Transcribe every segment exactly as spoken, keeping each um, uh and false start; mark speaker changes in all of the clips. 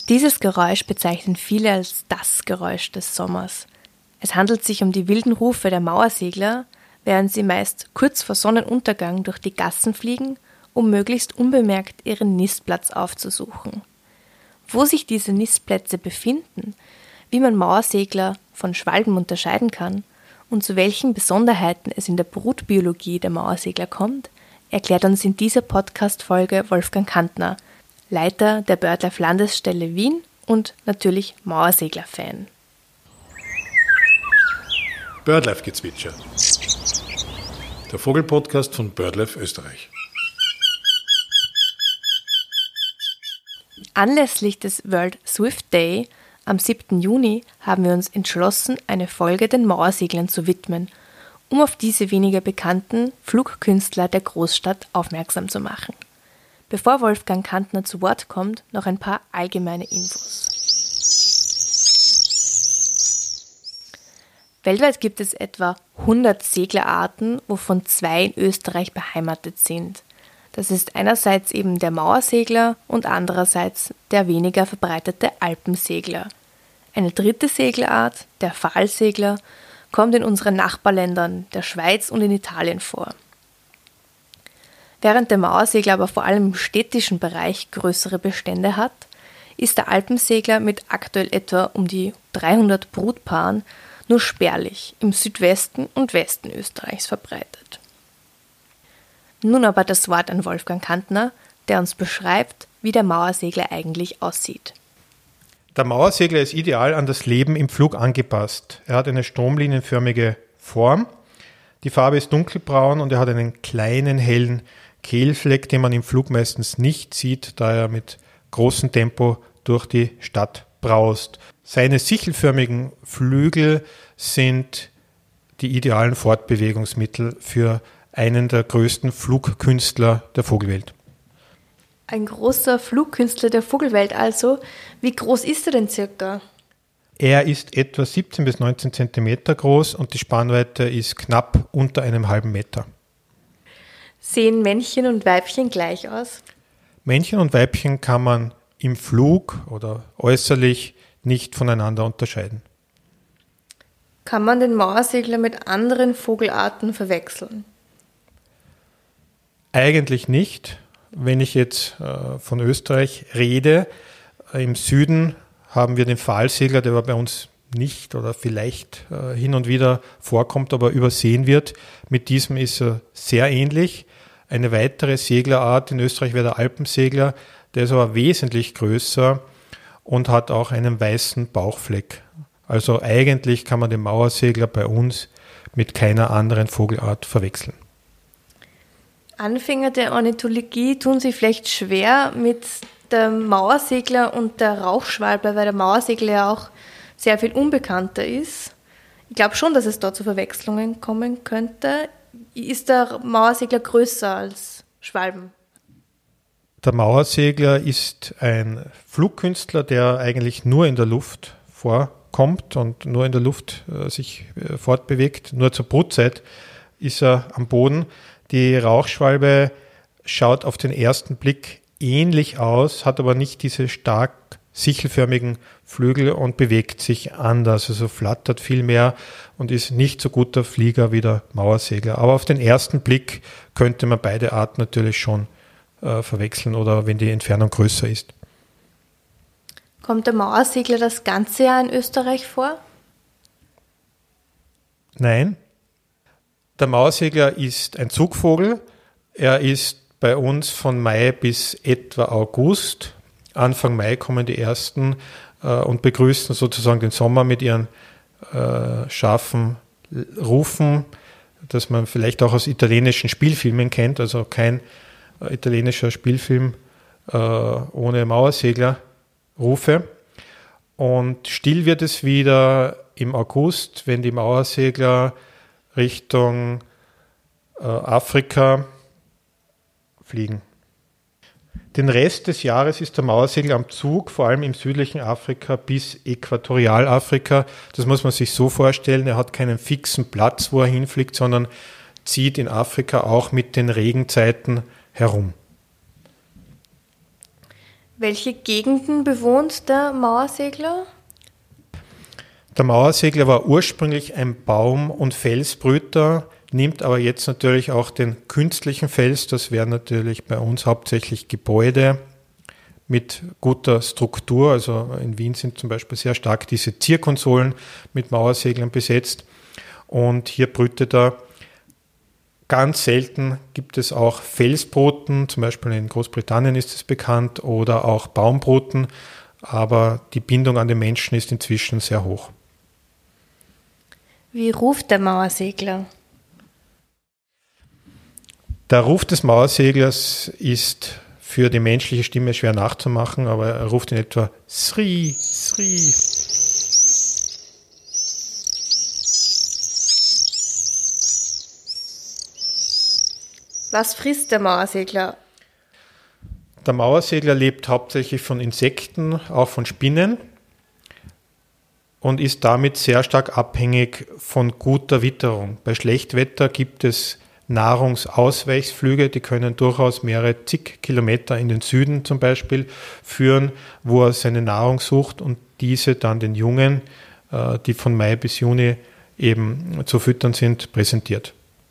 Speaker 1: Dieses Geräusch bezeichnen viele als das Geräusch des Sommers. Es handelt sich um die wilden Rufe der Mauersegler, während sie meist kurz vor Sonnenuntergang durch die Gassen fliegen, um möglichst unbemerkt ihren Nistplatz aufzusuchen. Wo sich diese Nistplätze befinden, wie man Mauersegler von Schwalben unterscheiden kann und zu welchen Besonderheiten es in der Brutbiologie der Mauersegler kommt, erklärt uns in dieser Podcast-Folge Wolfgang Kantner, Leiter der BirdLife Landesstelle Wien und natürlich Mauersegler-Fan.
Speaker 2: BirdLife-Gezwitscher, der Vogelpodcast von BirdLife Österreich.
Speaker 1: Anlässlich des World Swift Day am siebten Juni haben wir uns entschlossen, eine Folge den Mauerseglern zu widmen, um auf diese weniger bekannten Flugkünstler der Großstadt aufmerksam zu machen. Bevor Wolfgang Kantner zu Wort kommt, noch ein paar allgemeine Infos. Weltweit gibt es etwa hundert Seglerarten, wovon zwei in Österreich beheimatet sind. Das ist einerseits eben der Mauersegler und andererseits der weniger verbreitete Alpensegler. Eine dritte Seglerart, der Pfahlsegler, kommt in unseren Nachbarländern, der Schweiz und in Italien vor. Während der Mauersegler aber vor allem im städtischen Bereich größere Bestände hat, ist der Alpensegler mit aktuell etwa um die dreihundert Brutpaaren nur spärlich im Südwesten und Westen Österreichs verbreitet. Nun aber das Wort an Wolfgang Kantner, der uns beschreibt, wie der Mauersegler eigentlich aussieht.
Speaker 3: Der Mauersegler ist ideal an das Leben im Flug angepasst. Er hat eine stromlinienförmige Form, die Farbe ist dunkelbraun und er hat einen kleinen, hellen Kehlfleck, den man im Flug meistens nicht sieht, da er mit großem Tempo durch die Stadt braust. Seine sichelförmigen Flügel sind die idealen Fortbewegungsmittel für einen der größten Flugkünstler der Vogelwelt.
Speaker 1: Ein großer Flugkünstler der Vogelwelt also. Wie groß ist er denn circa?
Speaker 3: Er ist etwa siebzehn bis neunzehn Zentimeter groß und die Spannweite ist knapp unter einem halben Meter.
Speaker 1: Sehen Männchen und Weibchen gleich aus?
Speaker 3: Männchen und Weibchen kann man im Flug oder äußerlich nicht voneinander unterscheiden.
Speaker 1: Kann man den Mauersegler mit anderen Vogelarten verwechseln?
Speaker 3: Eigentlich nicht. Wenn ich jetzt äh, von Österreich rede, äh, im Süden haben wir den Pfahlsegler, der bei uns nicht oder vielleicht äh, hin und wieder vorkommt, aber übersehen wird. Mit diesem ist er sehr ähnlich. Eine weitere Seglerart in Österreich wäre der Alpensegler, der ist aber wesentlich größer und hat auch einen weißen Bauchfleck. Also eigentlich kann man den Mauersegler bei uns mit keiner anderen Vogelart verwechseln.
Speaker 1: Anfänger der Ornithologie tun sich vielleicht schwer mit dem Mauersegler und der Rauchschwalbe, weil der Mauersegler ja auch sehr viel unbekannter ist. Ich glaube schon, dass es da zu Verwechslungen kommen könnte. Ist der Mauersegler größer als Schwalben?
Speaker 3: Der Mauersegler ist ein Flugkünstler, der eigentlich nur in der Luft vorkommt und nur in der Luft äh, sich äh, fortbewegt. Nur zur Brutzeit ist er am Boden. Die Rauchschwalbe schaut auf den ersten Blick ähnlich aus, hat aber nicht diese stark sichelförmigen Flügel und bewegt sich anders, also flattert viel mehr und ist nicht so guter Flieger wie der Mauersegler. Aber auf den ersten Blick könnte man beide Arten natürlich schon äh, verwechseln oder wenn die Entfernung größer ist.
Speaker 1: Kommt der Mauersegler das ganze Jahr in Österreich vor?
Speaker 3: Nein. Der Mauersegler ist ein Zugvogel. Er ist bei uns von Mai bis etwa August. Anfang Mai kommen die ersten äh, und begrüßen sozusagen den Sommer mit ihren äh, scharfen Rufen, das man vielleicht auch aus italienischen Spielfilmen kennt, also kein äh, italienischer Spielfilm äh, ohne Mauerseglerrufe. Und still wird es wieder im August, wenn die Mauersegler Richtung äh, Afrika fliegen. Den Rest des Jahres ist der Mauersegler am Zug, vor allem im südlichen Afrika bis Äquatorialafrika. Das muss man sich so vorstellen, er hat keinen fixen Platz, wo er hinfliegt, sondern zieht in Afrika auch mit den Regenzeiten herum.
Speaker 1: Welche Gegenden bewohnt der Mauersegler?
Speaker 3: Der Mauersegler war ursprünglich ein Baum- und Felsbrüter, nimmt aber jetzt natürlich auch den künstlichen Fels. Das wären natürlich bei uns hauptsächlich Gebäude mit guter Struktur. Also in Wien sind zum Beispiel sehr stark diese Zierkonsolen mit Mauerseglern besetzt. Und hier brütet er. Ganz selten gibt es auch Felsbruten, zum Beispiel in Großbritannien ist es bekannt, oder auch Baumbruten. Aber die Bindung an den Menschen ist inzwischen sehr hoch.
Speaker 1: Wie ruft der Mauersegler?
Speaker 3: Der Ruf des Mauerseglers ist für die menschliche Stimme schwer nachzumachen, aber er ruft in etwa Sri, Sri.
Speaker 1: Was frisst der Mauersegler?
Speaker 3: Der Mauersegler lebt hauptsächlich von Insekten, auch von Spinnen und ist damit sehr stark abhängig von guter Witterung. Bei Schlechtwetter gibt es Nahrungsausweichsflüge, die können durchaus mehrere zig Kilometer in den Süden zum Beispiel führen, wo er seine Nahrung sucht und diese dann den Jungen, die von Mai bis Juni eben zu füttern sind, präsentiert.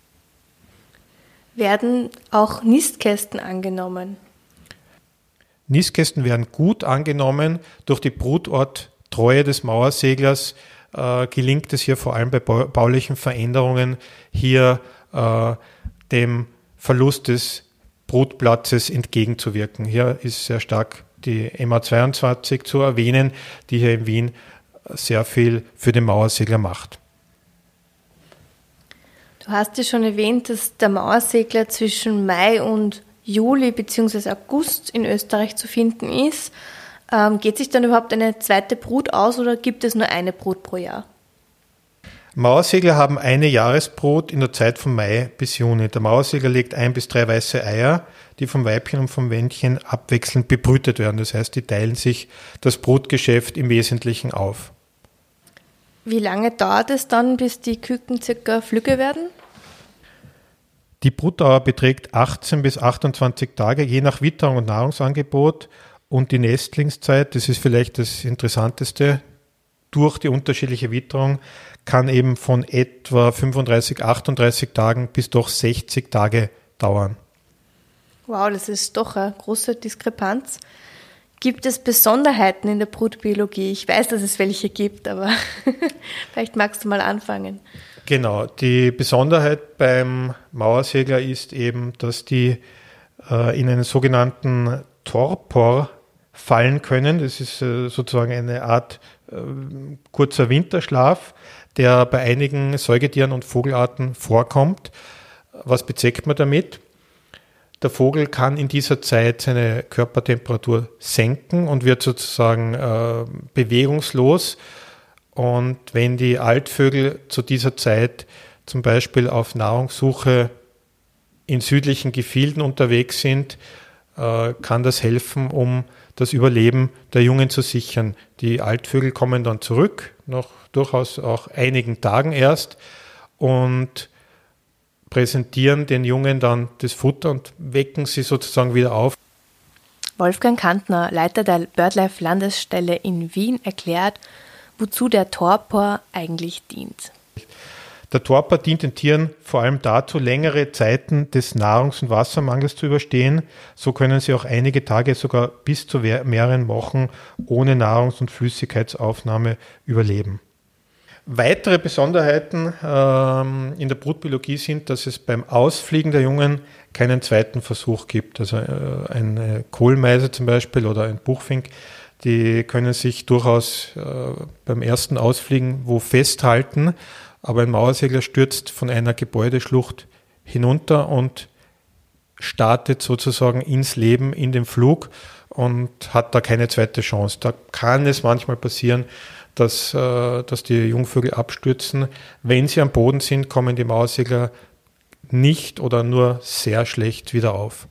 Speaker 1: Werden auch Nistkästen angenommen?
Speaker 3: Nistkästen werden gut angenommen. Durch die Brutorttreue des Mauerseglers äh, gelingt es hier vor allem bei baulichen Veränderungen hier äh, dem Verlust des Brutplatzes entgegenzuwirken. Hier ist sehr stark die M A zweiundzwanzig zu erwähnen, die hier in Wien sehr viel für den Mauersegler macht.
Speaker 1: Du hast ja schon erwähnt, dass der Mauersegler zwischen Mai und Juli bzw. August in Österreich zu finden ist. Ähm, geht sich dann überhaupt eine zweite Brut aus oder gibt es nur eine Brut pro Jahr?
Speaker 3: Mauersegler haben eine Jahresbrut in der Zeit von Mai bis Juni. Der Mauersegler legt ein bis drei weiße Eier, die vom Weibchen und vom Männchen abwechselnd bebrütet werden. Das heißt, die teilen sich das Brutgeschäft im Wesentlichen auf.
Speaker 1: Wie lange dauert es dann, bis die Küken circa flügge werden?
Speaker 3: Die Brutdauer beträgt achtzehn bis achtundzwanzig Tage, je nach Witterung und Nahrungsangebot. Und die Nestlingszeit, das ist vielleicht das Interessanteste, durch die unterschiedliche Witterung kann eben von etwa fünfunddreißig, achtunddreißig Tagen bis doch sechzig Tage dauern.
Speaker 1: Wow, das ist doch eine große Diskrepanz. Gibt es Besonderheiten in der Brutbiologie? Ich weiß, dass es welche gibt, aber vielleicht magst du mal anfangen.
Speaker 3: Genau, die Besonderheit beim Mauersegler ist eben, dass die äh, in einen sogenannten Torpor fallen können. Das ist äh, sozusagen eine Art äh, kurzer Winterschlaf, der bei einigen Säugetieren und Vogelarten vorkommt. Was bezweckt man damit? Der Vogel kann in dieser Zeit seine Körpertemperatur senken und wird sozusagen äh, bewegungslos. Und wenn die Altvögel zu dieser Zeit zum Beispiel auf Nahrungssuche in südlichen Gefilden unterwegs sind, äh, kann das helfen, um das Überleben der Jungen zu sichern. Die Altvögel kommen dann zurück, nach durchaus auch einigen Tagen erst, und präsentieren den Jungen dann das Futter und wecken sie sozusagen wieder auf.
Speaker 1: Wolfgang Kantner, Leiter der BirdLife-Landesstelle in Wien, erklärt, wozu der Torpor eigentlich dient.
Speaker 3: Der Torpor dient den Tieren vor allem dazu, längere Zeiten des Nahrungs- und Wassermangels zu überstehen. So können sie auch einige Tage, sogar bis zu mehreren Wochen ohne Nahrungs- und Flüssigkeitsaufnahme überleben. Weitere Besonderheiten ähm, in der Brutbiologie sind, dass es beim Ausfliegen der Jungen keinen zweiten Versuch gibt. Also äh, eine Kohlmeise zum Beispiel oder ein Buchfink, die können sich durchaus äh, beim ersten Ausfliegen wo festhalten, aber ein Mauersegler stürzt von einer Gebäudeschlucht hinunter und startet sozusagen ins Leben, in den Flug und hat da keine zweite Chance. Da kann es manchmal passieren, dass, äh, dass die Jungvögel abstürzen. Wenn sie am Boden sind, kommen die Mauersegler nicht oder nur sehr schlecht wieder auf.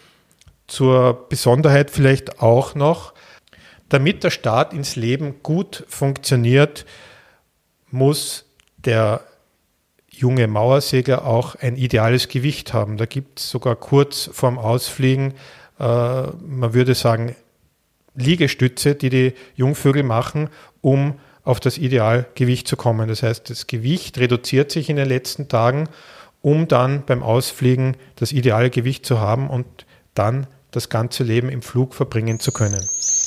Speaker 3: Zur Besonderheit vielleicht auch noch, damit der Start ins Leben gut funktioniert, muss der junge Mauersegler auch ein ideales Gewicht haben. Da gibt es sogar kurz vorm Ausfliegen, äh, man würde sagen, Liegestütze, die die Jungvögel machen, um auf das Idealgewicht zu kommen. Das heißt, das Gewicht reduziert sich in den letzten Tagen, um dann beim Ausfliegen das ideale Gewicht zu haben und dann das ganze Leben im Flug verbringen zu können.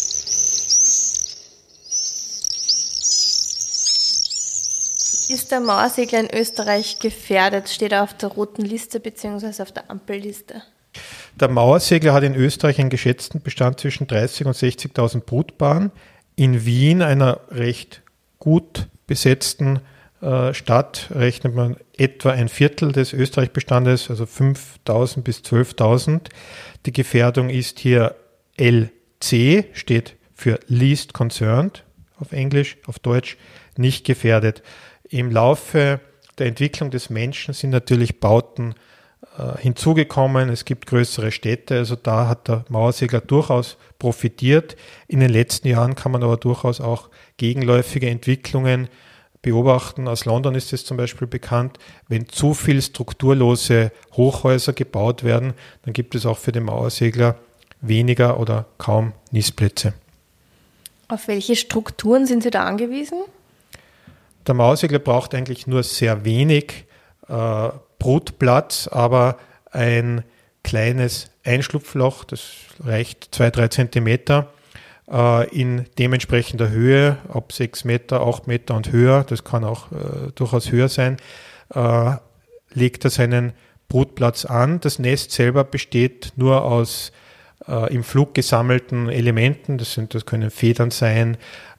Speaker 1: Ist der Mauersegler in Österreich gefährdet? Steht er auf der roten Liste bzw. auf der Ampelliste?
Speaker 3: Der Mauersegler hat in Österreich einen geschätzten Bestand zwischen dreißigtausend und sechzigtausend Brutpaaren. In Wien, einer recht gut besetzten äh, Stadt, rechnet man etwa ein Viertel des Österreich-Bestandes, also fünftausend bis zwölftausend. Die Gefährdung ist hier L C, steht für Least Concerned auf Englisch, auf Deutsch nicht gefährdet. Im Laufe der Entwicklung des Menschen sind natürlich Bauten äh, hinzugekommen. Es gibt größere Städte, also da hat der Mauersegler durchaus profitiert. In den letzten Jahren kann man aber durchaus auch gegenläufige Entwicklungen beobachten. Aus London ist es zum Beispiel bekannt, wenn zu viel strukturlose Hochhäuser gebaut werden, dann gibt es auch für den Mauersegler weniger oder kaum Nistplätze.
Speaker 1: Auf welche Strukturen sind Sie da angewiesen?
Speaker 3: Der Mauersegler braucht eigentlich nur sehr wenig äh, Brutplatz, aber ein kleines Einschlupfloch, das reicht zwei, drei Zentimeter, äh, in dementsprechender Höhe, ab sechs Meter, acht Meter und höher, das kann auch äh, durchaus höher sein, äh, legt er seinen Brutplatz an. Das Nest selber besteht nur aus äh, im Flug gesammelten Elementen, das, sind, das können Federn sein,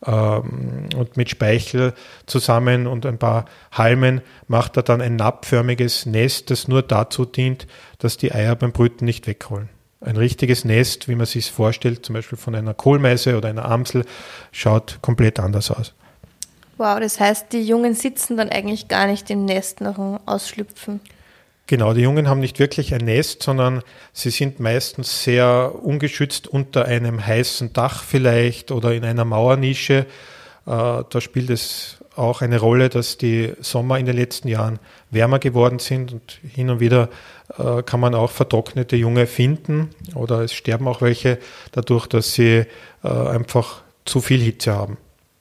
Speaker 3: und mit Speichel zusammen und ein paar Halmen macht er dann ein nappförmiges Nest, das nur dazu dient, dass die Eier beim Brüten nicht wegrollen. Ein richtiges Nest, wie man sich es vorstellt, zum Beispiel von einer Kohlmeise oder einer Amsel, schaut komplett anders aus.
Speaker 1: Wow, das heißt, die Jungen sitzen dann eigentlich gar nicht im Nest nach dem Ausschlüpfen.
Speaker 3: Genau, die Jungen haben nicht wirklich ein Nest, sondern sie sind meistens sehr ungeschützt unter einem heißen Dach vielleicht oder in einer Mauernische. Da spielt es auch eine Rolle, dass die Sommer in den letzten Jahren wärmer geworden sind und hin und wieder kann man auch vertrocknete Junge finden oder es sterben auch welche dadurch, dass sie einfach zu viel Hitze haben.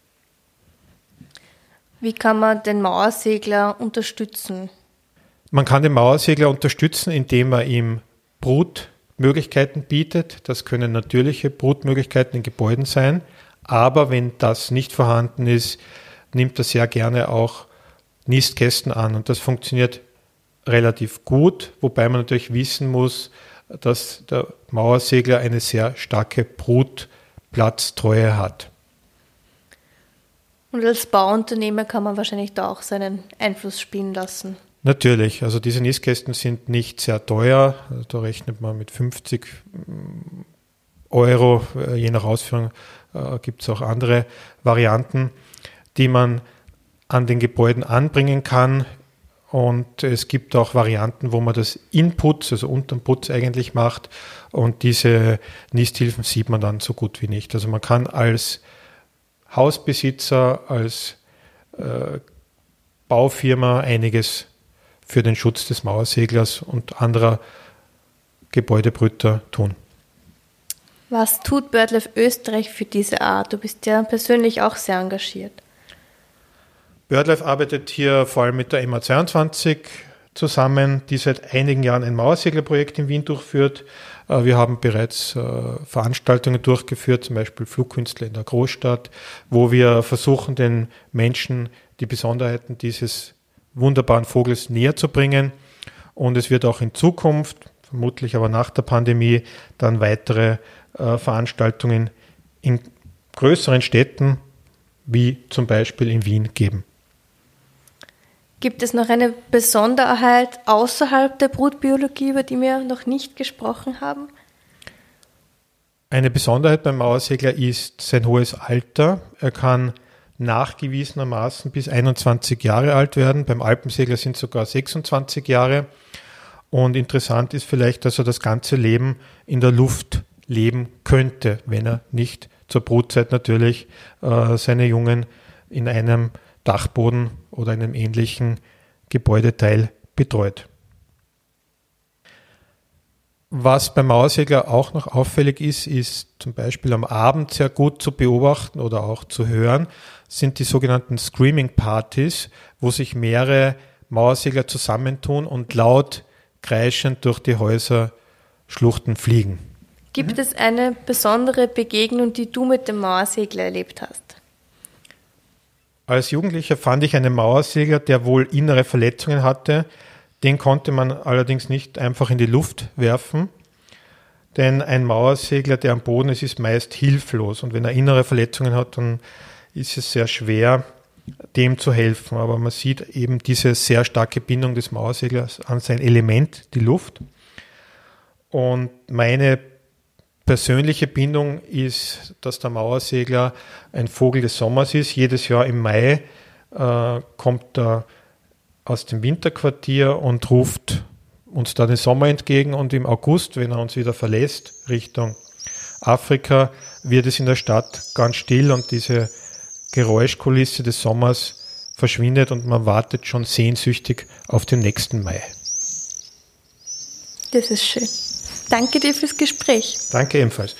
Speaker 1: Wie kann man den Mauersegler unterstützen?
Speaker 3: Man kann den Mauersegler unterstützen, indem er ihm Brutmöglichkeiten bietet. Das können natürliche Brutmöglichkeiten in Gebäuden sein. Aber wenn das nicht vorhanden ist, nimmt er sehr gerne auch Nistkästen an. Und das funktioniert relativ gut, wobei man natürlich wissen muss, dass der Mauersegler eine sehr starke Brutplatztreue hat.
Speaker 1: Und als Bauunternehmer kann man wahrscheinlich da auch seinen Einfluss spielen lassen.
Speaker 3: Natürlich, also diese Nistkästen sind nicht sehr teuer, also da rechnet man mit fünfzig Euro, je nach Ausführung äh, gibt es auch andere Varianten, die man an den Gebäuden anbringen kann und es gibt auch Varianten, wo man das in Putz, also unterm Putz eigentlich macht und diese Nisthilfen sieht man dann so gut wie nicht. Also man kann als Hausbesitzer, als äh, Baufirma einiges für den Schutz des Mauerseglers und anderer Gebäudebrüter tun.
Speaker 1: Was tut BirdLife Österreich für diese Art? Du bist ja persönlich auch sehr engagiert.
Speaker 3: BirdLife arbeitet hier vor allem mit der M A zweiundzwanzig zusammen, die seit einigen Jahren ein Mauerseglerprojekt in Wien durchführt. Wir haben bereits Veranstaltungen durchgeführt, zum Beispiel Flugkünstler in der Großstadt, wo wir versuchen, den Menschen die Besonderheiten dieses wunderbaren Vogels näher zu bringen. Und es wird auch in Zukunft, vermutlich aber nach der Pandemie, dann weitere äh, Veranstaltungen in größeren Städten, wie zum Beispiel in Wien, geben.
Speaker 1: Gibt es noch eine Besonderheit außerhalb der Brutbiologie, über die wir noch nicht gesprochen haben?
Speaker 3: Eine Besonderheit beim Mauersegler ist sein hohes Alter. Er kann nachgewiesenermaßen bis einundzwanzig Jahre alt werden. Beim Alpensegler sind es sogar sechsundzwanzig Jahre. Und interessant ist vielleicht, dass er das ganze Leben in der Luft leben könnte, wenn er nicht zur Brutzeit natürlich äh, seine Jungen in einem Dachboden oder einem ähnlichen Gebäudeteil betreut. Was beim Mauersegler auch noch auffällig ist, ist zum Beispiel am Abend sehr gut zu beobachten oder auch zu hören, sind die sogenannten Screaming Parties, wo sich mehrere Mauersegler zusammentun und laut kreischend durch die Häuserschluchten fliegen.
Speaker 1: Gibt es eine besondere Begegnung, die du mit dem Mauersegler erlebt hast?
Speaker 3: Als Jugendlicher fand ich einen Mauersegler, der wohl innere Verletzungen hatte. Den konnte man allerdings nicht einfach in die Luft werfen, denn ein Mauersegler, der am Boden ist, ist meist hilflos. Und wenn er innere Verletzungen hat, dann ist es sehr schwer, dem zu helfen. Aber man sieht eben diese sehr starke Bindung des Mauerseglers an sein Element, die Luft. Und meine persönliche Bindung ist, dass der Mauersegler ein Vogel des Sommers ist. Jedes Jahr im Mai äh, kommt er aus dem Winterquartier und ruft uns da den Sommer entgegen. Und im August, wenn er uns wieder verlässt, Richtung Afrika, wird es in der Stadt ganz still und diese Geräuschkulisse des Sommers verschwindet und man wartet schon sehnsüchtig auf den nächsten Mai.
Speaker 1: Das ist schön. Danke dir fürs Gespräch.
Speaker 3: Danke ebenfalls.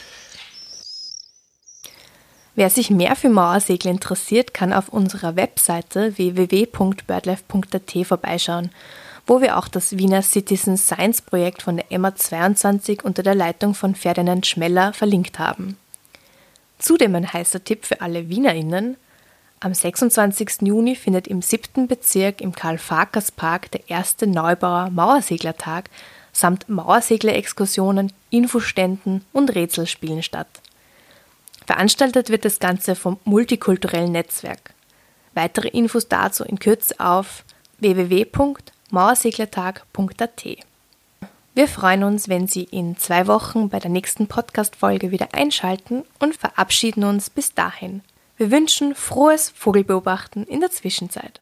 Speaker 1: Wer sich mehr für Mauersegler interessiert, kann auf unserer Webseite w w w punkt birdlife punkt a t vorbeischauen, wo wir auch das Wiener Citizen Science Projekt von der M A zweiundzwanzig unter der Leitung von Ferdinand Schmeller verlinkt haben. Zudem ein heißer Tipp für alle WienerInnen: Am sechsundzwanzigsten Juni findet im siebten Bezirk im Karl-Farkas-Park der erste Neubauer Mauerseglertag samt Mauersegler-Exkursionen, Infoständen und Rätselspielen statt. Veranstaltet wird das Ganze vom multikulturellen Netzwerk. Weitere Infos dazu in Kürze auf w w w punkt mauerseglertag punkt a t. Wir freuen uns, wenn Sie in zwei Wochen bei der nächsten Podcast-Folge wieder einschalten und verabschieden uns bis dahin. Wir wünschen frohes Vogelbeobachten in der Zwischenzeit.